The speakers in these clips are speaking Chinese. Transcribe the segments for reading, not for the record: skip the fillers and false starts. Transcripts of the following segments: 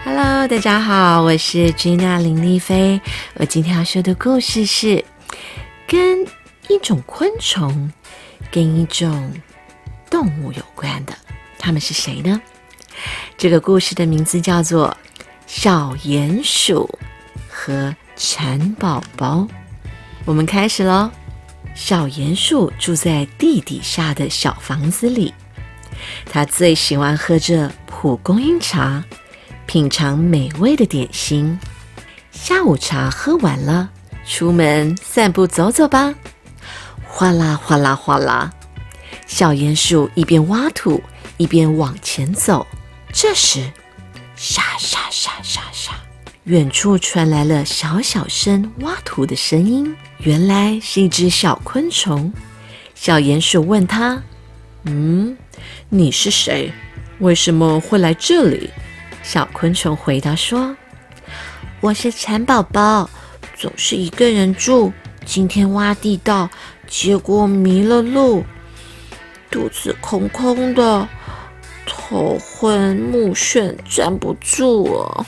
Hello， 大家好，我是 Gina 林丽菲。我今天要说的故事是跟一种昆虫、跟一种动物有关的。它们是谁呢？这个故事的名字叫做小鼹鼠和蚕宝宝。我们开始咯。小鼹鼠住在地底下的小房子里，它最喜欢喝着蒲公英茶，品尝美味的点心。下午茶喝完了，出门散步走走吧。哗啦哗啦哗啦，小鼹鼠一边挖土一边往前走。这时沙沙沙沙沙，远处传来了小小声挖土的声音，原来是一只小昆虫。小鼹鼠问他：你是谁？为什么会来这里？小昆虫回答说：我是蚕宝宝，总是一个人住，今天挖地道，结果迷了路，肚子空空的，头昏目眩，站不住啊。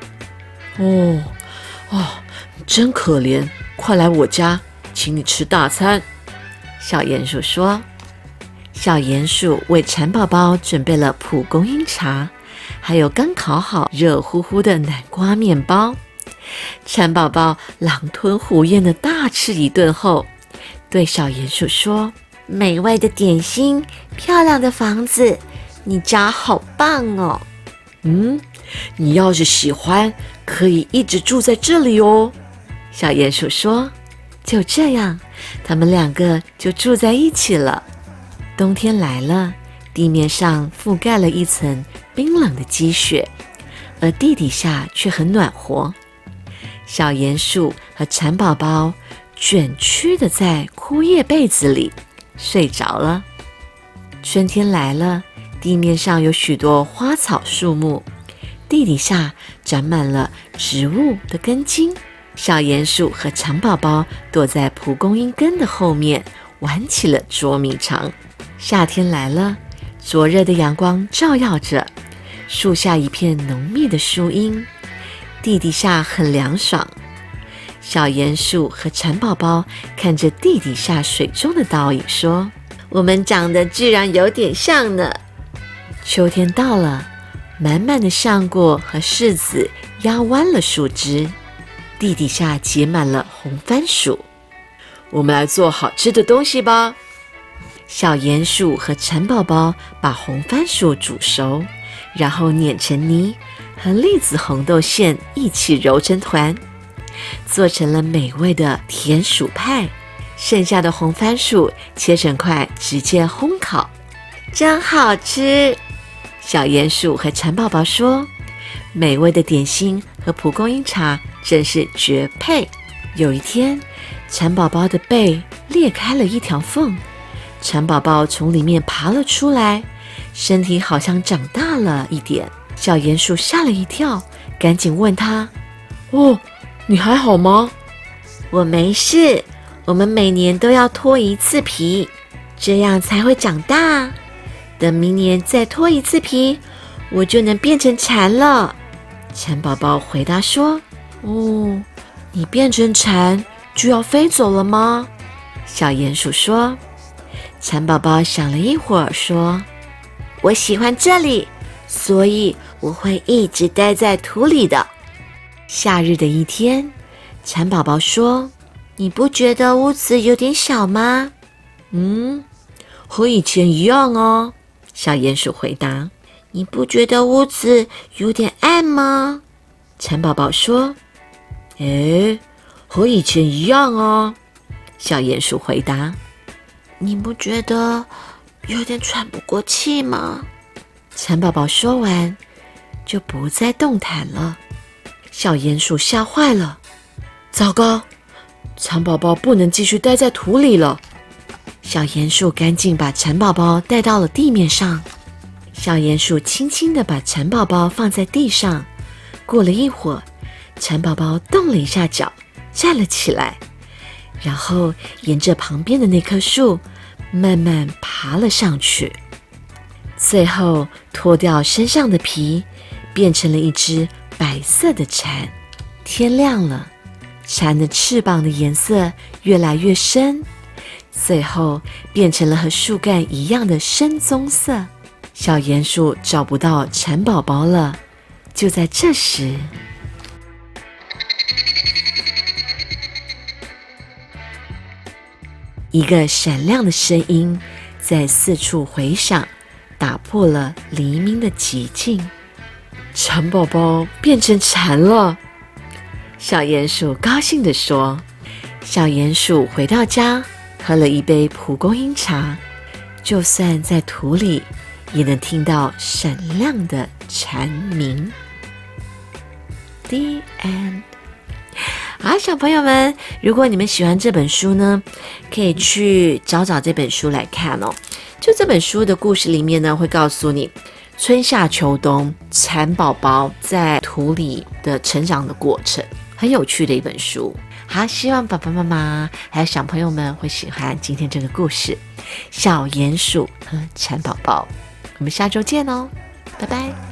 真可怜，快来我家，请你吃大餐。小鼹鼠说。小鼹鼠为蚕宝宝准备了蒲公英茶，还有刚烤好热乎乎的南瓜面包。蚕宝宝狼吞虎咽的大吃一顿后，对小鼹鼠说：美味的点心，漂亮的房子，你家好棒哦。你要是喜欢，可以一直住在这里哦。小鼹鼠说。就这样，他们两个就住在一起了。冬天来了，地面上覆盖了一层冰冷的积雪，而地底下却很暖和。小鼹鼠和蚕宝宝卷曲的在枯叶被子里睡着了。春天来了，地面上有许多花草树木，地底下长满了植物的根茎。小鼹鼠和蚕宝宝躲在蒲公英根的后面，玩起了捉迷藏。夏天来了，灼热的阳光照耀着，树下一片浓密的树荫，地底下很凉爽。小鼹鼠和蚕宝宝看着地底下水中的倒影说：我们长得居然有点像呢。秋天到了，满满的橡果和柿子压弯了树枝，地底下结满了红番薯。我们来做好吃的东西吧。小鼹鼠和蚕宝宝把红番薯煮熟，然后碾成泥，和栗子红豆馅一起揉成团，做成了美味的甜薯派。剩下的红番薯切成块，直接烘烤，真好吃。小鼹鼠和蚕宝宝说：美味的点心和蒲公英茶真是绝配。有一天，蚕宝宝的背裂开了一条缝，蚕宝宝从里面爬了出来，身体好像长大了一点。小鼹鼠吓了一跳，赶紧问他：你还好吗？我没事，我们每年都要脱一次皮，这样才会长大。等明年再脱一次皮，我就能变成蝉了。蚕宝宝回答说：你变成蝉就要飞走了吗？小鼹鼠说。蚕宝宝想了一会儿说：我喜欢这里，所以我会一直待在土里的。夏日的一天，蚕宝宝说：你不觉得屋子有点小吗？和以前一样啊。小鼹鼠回答。你不觉得屋子有点暗吗？蚕宝宝说。和以前一样啊。小鼹鼠回答。你不觉得有点喘不过气吗？蚕宝宝说完就不再动弹了。小鼹鼠吓坏了，糟糕，蚕宝宝不能继续待在土里了。小鼹鼠赶紧把蚕宝宝带到了地面上。小鼹鼠轻轻地把蚕宝宝放在地上，过了一会儿，蚕宝宝动了一下脚，站了起来，然后沿着旁边的那棵树慢慢爬了上去，最后脱掉身上的皮， 变成了一只白色的蝉。天亮了，蝉的翅膀的颜色越来越深，最后变成了和树干一样的深棕色。小鼹鼠找不到蝉宝宝了。就在这时，一个闪亮的声音在四处回响，打破了黎明的寂静。蝉宝宝变成蝉了，小鼹鼠高兴地说。小鼹鼠回到家，喝了一杯蒲公英茶，就算在土里，也能听到闪亮的蝉鸣。The end。好，小朋友们，如果你们喜欢这本书呢，可以去找这本书来看哦。就这本书的故事里面呢，会告诉你春夏秋冬蝉宝宝在土里的成长的过程，很有趣的一本书。好，希望爸爸妈妈还有小朋友们会喜欢今天这个故事，小鼹鼠和蝉宝宝。我们下周见哦，拜拜。